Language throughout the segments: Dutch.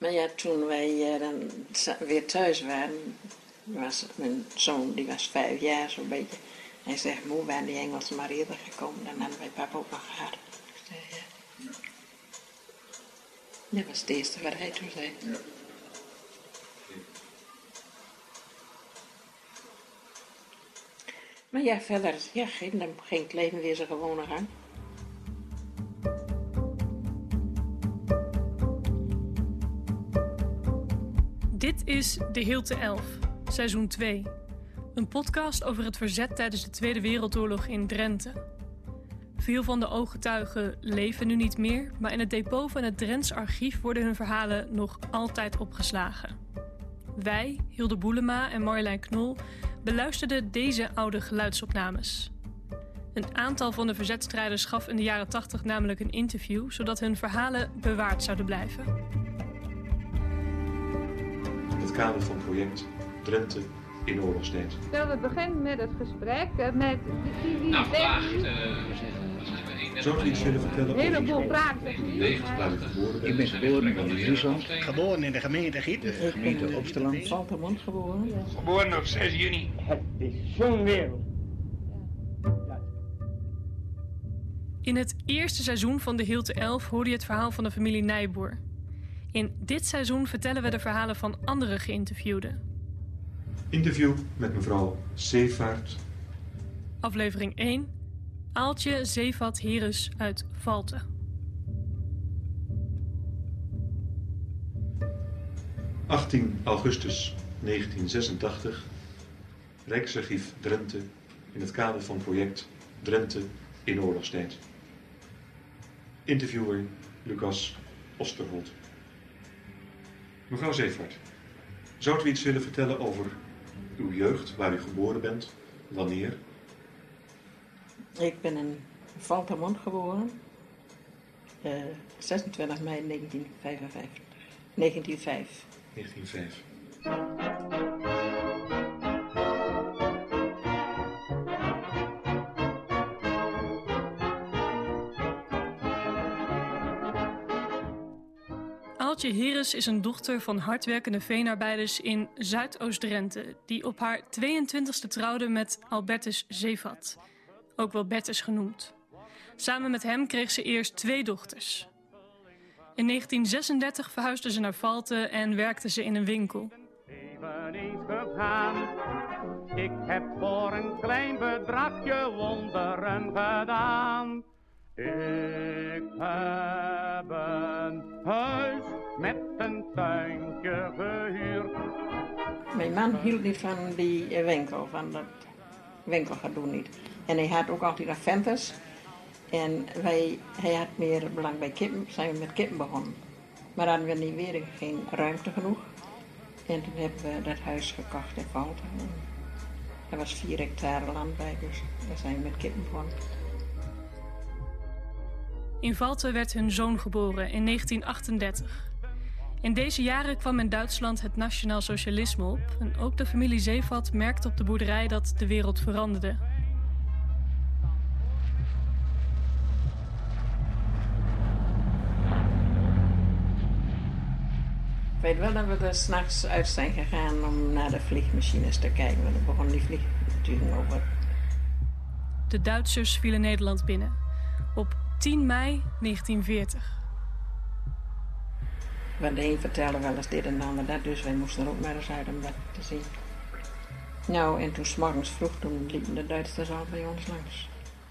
Maar ja, toen wij dan weer thuis waren, was mijn zoon, die was 5 jaar zo'n beetje. Hij zegt, moe, waren die Engelsen maar eerder gekomen, dan hadden wij papa ook nog gehad. Ik zei, ja. Dat was het eerste wat hij toen zei. Ja. Maar ja, verder, ja, dan ging het leven weer zijn gewone gang. Dit is De Hilte 11, seizoen 2. Een podcast over het verzet tijdens de Tweede Wereldoorlog in Drenthe. Veel van de ooggetuigen leven nu niet meer, maar in het depot van het Drents archief worden hun verhalen nog altijd opgeslagen. Wij, Hilde Boelema en Marjolein Knol, beluisterden deze oude geluidsopnames. Een aantal van de verzetstrijders gaf in de jaren 80 namelijk een interview, zodat hun verhalen bewaard zouden blijven. In het kader van project Drenthe in oorlogstijd. Zullen we beginnen met het gesprek met die Zou u iets willen vertellen een heleboel vragen. Ik ben geboren in Friesland. Geboren in de gemeente Giet. De gemeente Oosterland. Valtemont geboren. Geboren op 6 juni. Het is zo'n wereld. In het eerste seizoen van De Hilte 11 hoorde je het verhaal van de familie Nijboer. In dit seizoen vertellen we de verhalen van andere geïnterviewden. Interview met mevrouw Zeevaart. Aflevering 1. Aaltje Zeevat Heres uit Valten. ...18 augustus 1986... Rijksarchief Drenthe... ...in het kader van project Drenthe in oorlogstijd. Interviewer Lucas Osterholt. Mevrouw Zeevaart, zou u iets willen vertellen over uw jeugd, waar u geboren bent, wanneer? Ik ben in Valtemont geboren. 26 mei 1955. 1905. 1905. Aaltje Heres is een dochter van hardwerkende veenarbeiders in Zuidoost-Drenthe, die op haar 22e trouwde met Albertus Zeevat, ook wel Bertus genoemd. Samen met hem kreeg ze eerst 2 dochters. In 1936 verhuisde ze naar Valten en werkte ze in een winkel. Even eens gegaan. Ik heb voor een klein bedragje wonderen gedaan. Ik heb een huis met een tuintje gehuurd. Mijn man hield niet van die winkel, van dat winkelgedoe niet. En hij had ook altijd nog venters. En hij had meer belang bij kippen, zijn we met kippen begonnen. Maar hadden we niet weer geen ruimte genoeg. En toen hebben we dat huis gekocht in Valten. Er was 4 hectare land bij, dus daar zijn we met kippen begonnen. In Valten werd hun zoon geboren in 1938. In deze jaren kwam in Duitsland het nationaal socialisme op. En ook de familie Zeevat merkte op de boerderij dat de wereld veranderde. Ik weet wel dat we er 's nachts uit zijn gegaan om naar de vliegmachines te kijken. Want dan begon die vliegtuigen over. De Duitsers vielen Nederland binnen. Op 10 mei 1940. Want de een vertelde wel eens dit en de ander dat, dus wij moesten er ook maar eens uit om dat te zien. Nou, en toen 's morgens vroeg, toen liepen de Duitsers al bij ons langs.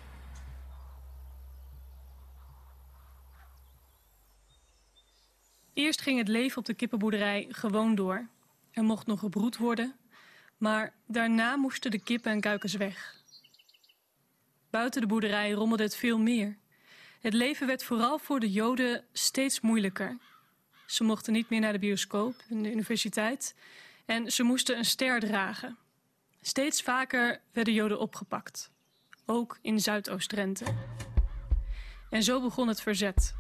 Eerst ging het leven op de kippenboerderij gewoon door. Er mocht nog gebroed worden, maar daarna moesten de kippen en kuikens weg. Buiten de boerderij rommelde het veel meer. Het leven werd vooral voor de Joden steeds moeilijker. Ze mochten niet meer naar de bioscoop en de universiteit en ze moesten een ster dragen. Steeds vaker werden Joden opgepakt, ook in Zuidoost-Drenthe. En zo begon het verzet.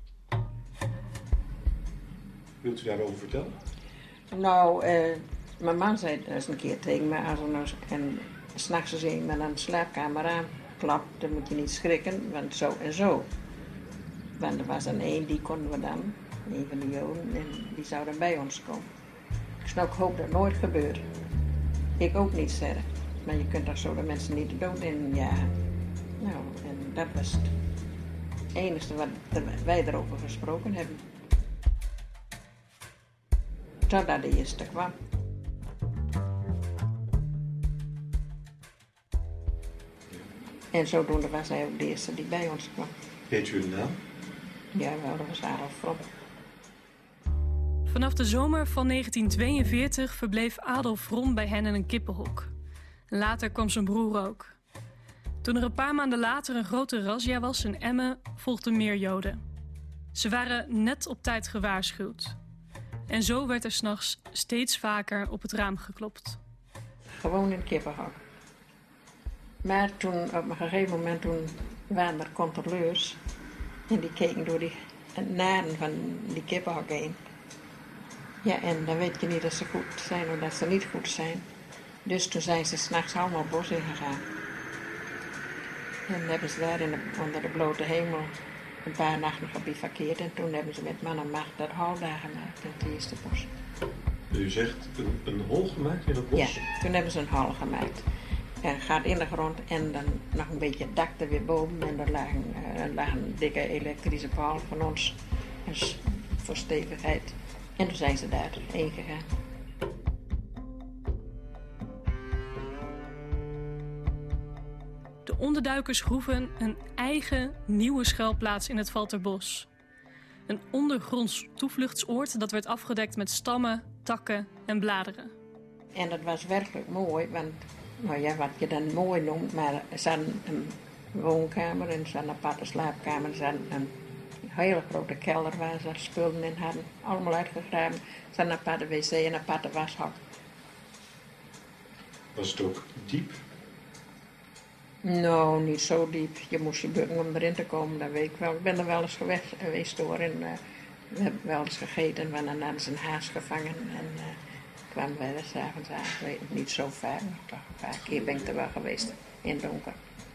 Wilt u daarover vertellen? Nou, mijn man zei eens een keer tegen me, als er nou en 's nachts als iemand aan de slaapkamer aanklapt, dan moet je niet schrikken, want zo en zo. Want er was een die konden we dan een van de Joden, en die zou dan bij ons komen. Ik hoop dat het nooit gebeurt. Ik ook niet zeggen. Maar je kunt toch zo de mensen niet de dood in jagen. Nou, en dat was het enige wat wij erover gesproken hebben. Totdat de eerste kwam. En zodoende was hij ook de eerste die bij ons kwam. Weet u de naam? Ja, wel, dat was Adolf From. Vanaf de zomer van 1942 verbleef Adolf From bij hen in een kippenhok. Later kwam zijn broer ook. Toen er een paar maanden later een grote razzia was in Emmen, volgden meer Joden. Ze waren net op tijd gewaarschuwd. En zo werd er 's nachts steeds vaker op het raam geklopt. Gewoon in het kippenhok. Maar toen, op een gegeven moment, toen waren er controleurs. En die keken door die naden van die kippenhok heen. Ja, en dan weet je niet of ze goed zijn of dat ze niet goed zijn. Dus toen zijn ze 's nachts allemaal het bos ingegaan. En hebben ze daar onder de blote hemel een paar nachten gebivakkeerd. En toen hebben ze met man en macht dat hal daar gemaakt in het eerste bos. U zegt een hol gemaakt in het bos? Ja, toen hebben ze een hal gemaakt. En gaat in de grond en dan nog een beetje dak er weer boven. En er lag een dikke elektrische paal van ons. Dus voor stevigheid. En toen zijn ze daarheen gegaan. De onderduikers groeven een eigen nieuwe schuilplaats in het Valterbos. Een ondergronds toevluchtsoord dat werd afgedekt met stammen, takken en bladeren. En dat was werkelijk mooi, want nou ja, wat je dan mooi noemt, maar er zat een woonkamer en er zat een aparte slaapkamer, er zat een hele grote kelder waar ze spullen in hadden, allemaal uitgegraven. Er zat een aparte wc en een aparte washok. Was het ook diep? Nou, niet zo diep. Je moest je bukken om erin te komen, dat weet ik wel. Ik ben er wel eens geweest hoor. En, we hebben wel eens gegeten, want dan hadden ze een haas gevangen. En kwamen wij er 's avonds aan. Ik weet het niet zo vaak, maar toch een paar keer ben ik er wel geweest in het donker.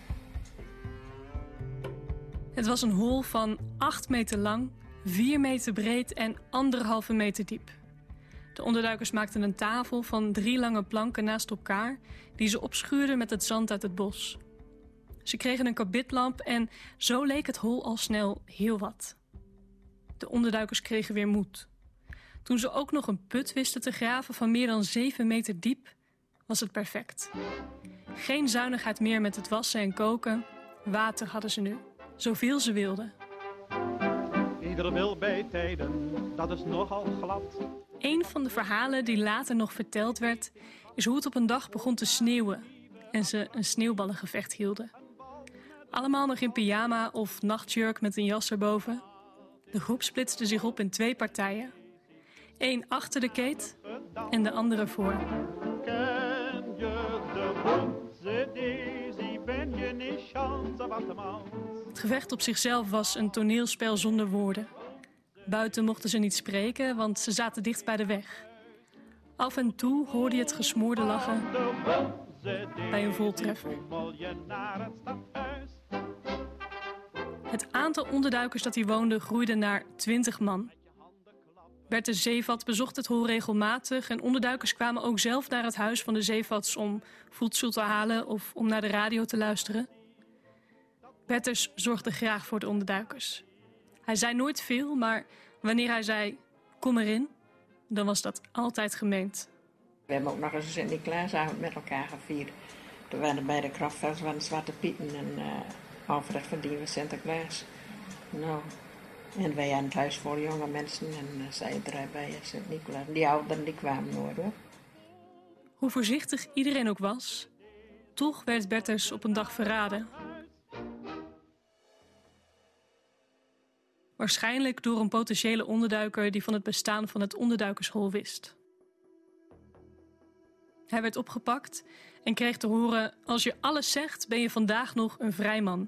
Het was een hol van 8 meter lang, 4 meter breed en 1,5 meter diep. De onderduikers maakten een tafel van 3 lange planken naast elkaar die ze opschuurden met het zand uit het bos. Ze kregen een kabitlamp en zo leek het hol al snel heel wat. De onderduikers kregen weer moed. Toen ze ook nog een put wisten te graven van meer dan 7 meter diep, was het perfect. Geen zuinigheid meer met het wassen en koken. Water hadden ze nu, zoveel ze wilden. Ieder wil bij tijden, dat is nogal glad. Een van de verhalen die later nog verteld werd, is hoe het op een dag begon te sneeuwen en ze een sneeuwballengevecht hielden. Allemaal nog in pyjama of nachtjurk met een jas erboven. De groep splitste zich op in 2 partijen. 1 achter de keet en de andere voor. Ken je de Bonze Daisy, ben je niet chance wat de man. Het gevecht op zichzelf was een toneelspel zonder woorden. Buiten mochten ze niet spreken, want ze zaten dicht bij de weg. Af en toe hoorde je het gesmoorde lachen bij een voltreffer. Het aantal onderduikers dat hier woonde groeide naar 20 man. Bertus Zeevat bezocht het hol regelmatig en onderduikers kwamen ook zelf naar het huis van de Zeevats om voedsel te halen of om naar de radio te luisteren. Bertus zorgde graag voor de onderduikers. Hij zei nooit veel, maar wanneer hij zei, kom erin, dan was dat altijd gemeend. We hebben ook nog eens een Sint-Nicolaasavond met elkaar gevierd. Toen waren bij de Kraftveld van de Zwarte Pieten en Alfred van Dien was Sinterklaas. Nou, en wij aan het huis voor jonge mensen en zij bij Sint-Nicolaas. Die ouderen die kwamen nooit hoor. Hoe voorzichtig iedereen ook was, toch werd Bertus op een dag verraden. Waarschijnlijk door een potentiële onderduiker die van het bestaan van het onderduikershol wist. Hij werd opgepakt en kreeg te horen, als je alles zegt, ben je vandaag nog een vrij man.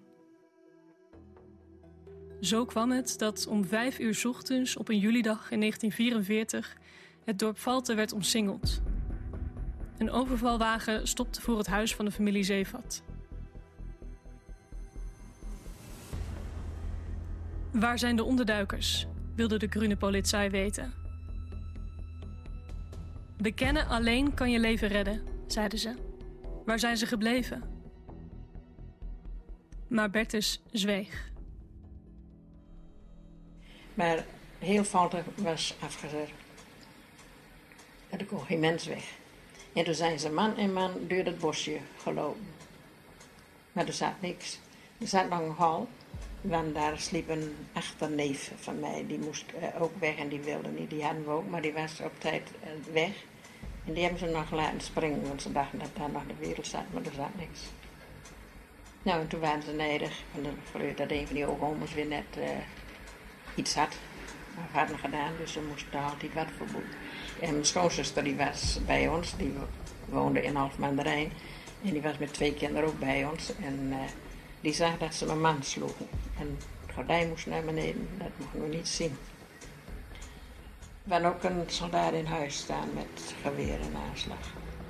Zo kwam het dat om 5 uur 's ochtends op een julidag in 1944 het dorp Valten werd omsingeld. Een overvalwagen stopte voor het huis van de familie Zeevat. Waar zijn de onderduikers? wilde de groene politie weten. Bekennen alleen kan je leven redden, zeiden ze. Waar zijn ze gebleven? Maar Bertus zweeg. Maar heel Valter was afgezet. Er kon geen mens weg. En toen zijn ze man en man door het bosje gelopen. Maar er zat niks. Er zat nog een hal, want daar sliep een achterneef van mij. Die moest ook weg en die wilde niet. Die hadden we ook, maar die was op tijd weg. En die hebben ze nog laten springen, want ze dachten dat daar nog de wereld zat, maar er zat niks. Nou, en toen waren ze nederig. En dan gebeurde dat een van die ooghommers weer net iets had. Of hadden gedaan, dus ze moesten altijd wat voor boeten. En mijn schoonzuster die was bij ons, die woonde in Alphen-aan-de-Rijn. En die was met 2 kinderen ook bij ons. En die zag dat ze mijn man sloegen. En het gordijn moest naar beneden, dat mochten we niet zien. Er was ook een soldaat in huis staan met geweer en aanslag.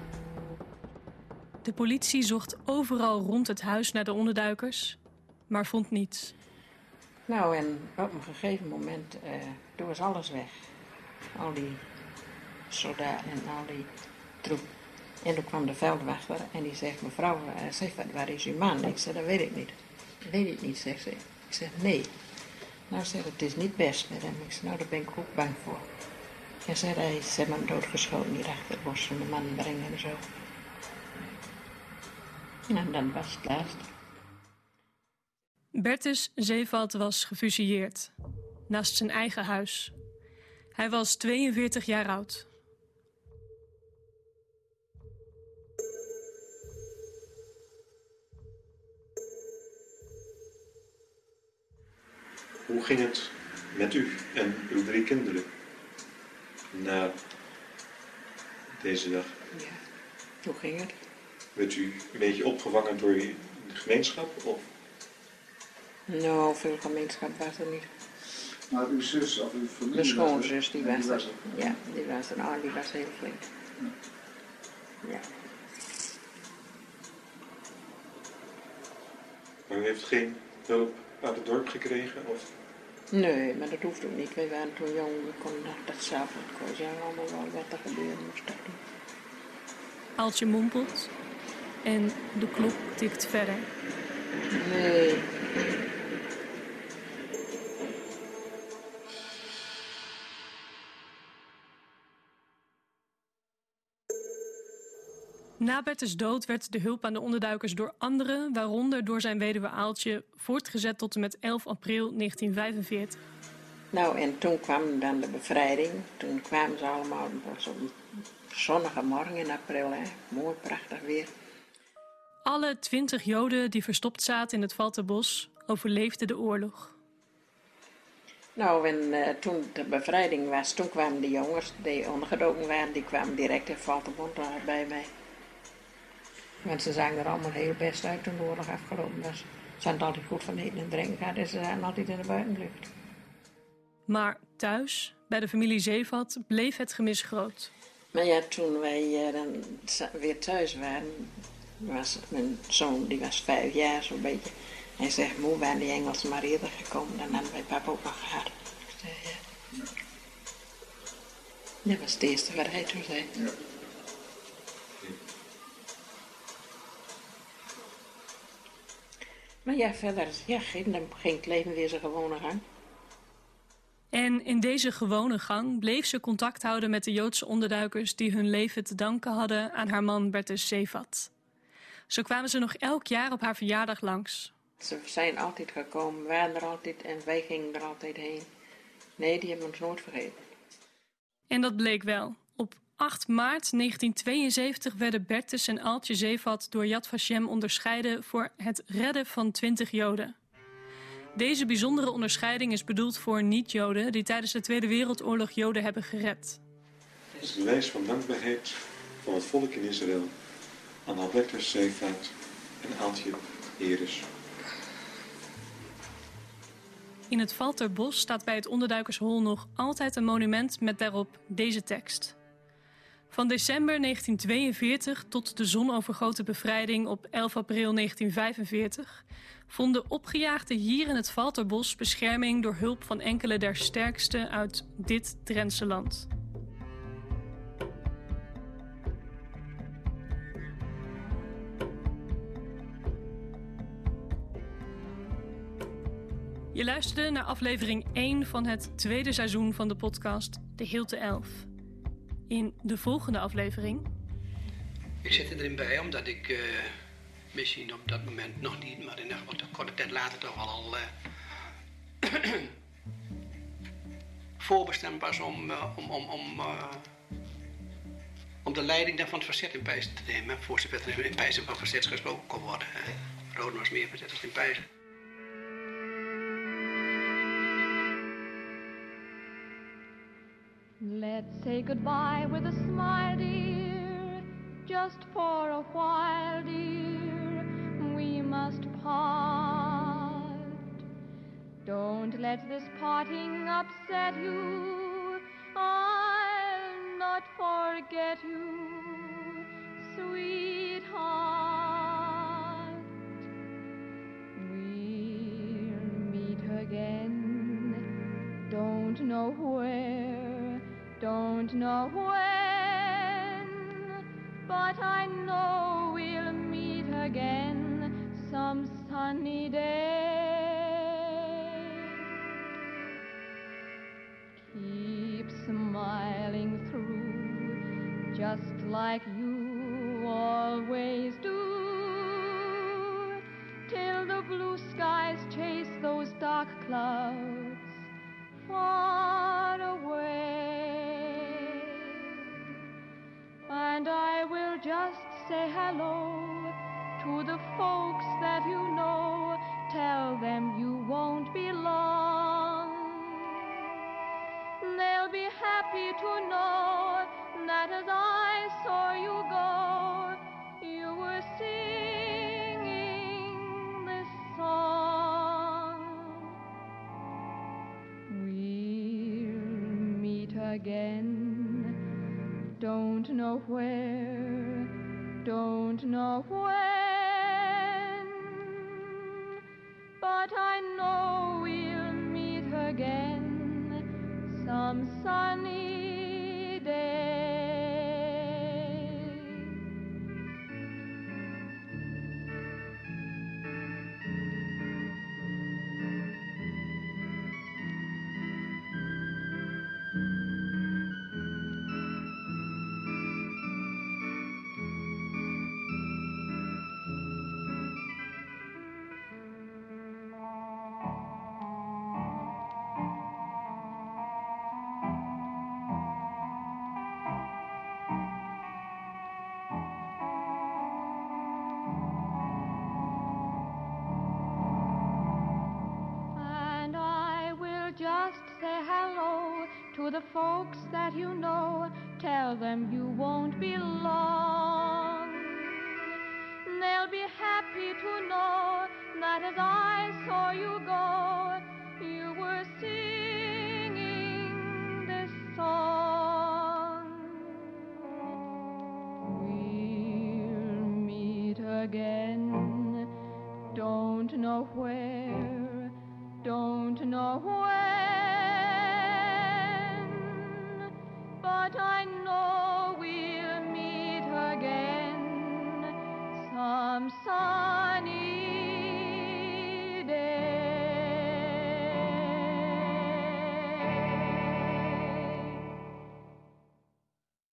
De politie zocht overal rond het huis naar de onderduikers, maar vond niets. Nou, en op een gegeven moment, toen was alles weg. Al die soldaten en al die troep. En toen kwam de veldwachter en die zegt, mevrouw, waar is uw man? Ik zei, dat weet ik niet. Dat weet ik niet, zegt ze. Ik zeg, nee. Nou, zegt het is niet best met hem. Ik zeg, nou, daar ben ik ook bang voor. En zei hij, ze hebben hem doodgeschoten hier achter het bos van de man brengen en zo. En dan was het laatst. Bertus Zeevat was gefusilleerd, naast zijn eigen huis. Hij was 42 jaar oud. Hoe ging het met u en uw 3 kinderen na deze dag? Ja, hoe ging het? Werd u een beetje opgevangen door de gemeenschap? Of? Nou, veel gemeenschap was er niet. Maar uw zus of uw familie? Mijn schoonzus, die was er. Ja, die was er. Nou, die was heel flink. Ja. Maar u heeft geen hulp uit het dorp gekregen? Of? Nee, maar dat hoeft ook niet. Wij waren toen jong, we konden dat zelf niet kozen. Ja, allemaal wel wat er gebeuren moest dat doen. Aaltje mompelt en de klok tikt verder. Nee. Na Bertus' dood werd de hulp aan de onderduikers door anderen, waaronder door zijn weduwe Aaltje, voortgezet tot en met 11 april 1945. Nou, en toen kwam dan de bevrijding. Toen kwamen ze allemaal op zo'n zonnige morgen in april. Hè. Mooi, prachtig weer. Alle 20 Joden die verstopt zaten in het Valterbos overleefden de oorlog. Nou, en toen de bevrijding was, toen kwamen de jongens die ondergedoken waren, die kwamen direct in Valterbos bij mij. Want ze zagen er allemaal heel best uit toen de oorlog afgelopen was. Ze hadden altijd goed van eten en drinken gehad en ze zaten altijd in de buitenlucht. Maar thuis, bij de familie Zeevat, bleef het gemis groot. Maar ja, toen wij dan weer thuis waren, was mijn zoon, die was 5 jaar zo'n beetje. Hij zegt, moe, waren die Engelsen maar eerder gekomen, dan hadden wij papa ook nog gehad. Ik zei, ja. Dat was het eerste wat hij toen zei. Ja. Maar ja, verder, ja, dan ging het leven weer zijn gewone gang. En in deze gewone gang bleef ze contact houden met de Joodse onderduikers die hun leven te danken hadden aan haar man Bertus Zeevat. Zo kwamen ze nog elk jaar op haar verjaardag langs. Ze zijn altijd gekomen, waren er altijd en wij gingen er altijd heen. Nee, die hebben ons nooit vergeten. En dat bleek wel. Op 8 maart 1972 werden Bertus en Aaltje Zeevat door Yad Vashem onderscheiden voor het redden van 20 Joden. Deze bijzondere onderscheiding is bedoeld voor niet-Joden die tijdens de Tweede Wereldoorlog Joden hebben gered. Het is een bewijs van dankbaarheid van het volk in Israël aan Bertus Zeevat en Aaltje Eres. In het Valterbos staat bij het onderduikershol nog altijd een monument met daarop deze tekst. Van december 1942 tot de zonovergoten bevrijding op 11 april 1945... vonden opgejaagden hier in het Valterbos bescherming door hulp van enkele der sterksten uit dit Drentse land. Je luisterde naar aflevering 1 van het tweede seizoen van de podcast De Hilte Elf. In de volgende aflevering... Ik zit erin bij omdat ik misschien op dat moment nog niet, maar in een korte tijd later toch al voorbestemd was om de leiding dan van het verzet in Pijzen te nemen. Voor zover er in Pijzen van verzet gesproken kon worden. Roden was meer verzet dan in Pijzen. Let's say goodbye with a smile, dear, just for a while, dear, we must part. Don't let this parting upset you, I'll not forget you, sweetheart. We'll meet again, don't know where, don't know when, but I know we'll meet again some sunny day. Keep smiling through, just like you always do, till the blue skies chase those dark clouds far away. And I will just say hello to the folks that you know. Tell them you won't be long. They'll be happy to know that as I saw you go, you were singing this song. We'll meet again, don't know where, don't know when, but I know we'll meet again some sunny day. Just say hello to the folks that you know. Tell them you won't be long. They'll be happy to know that as I saw you go, you were singing this song. We'll meet again, don't know where, don't know when, but I know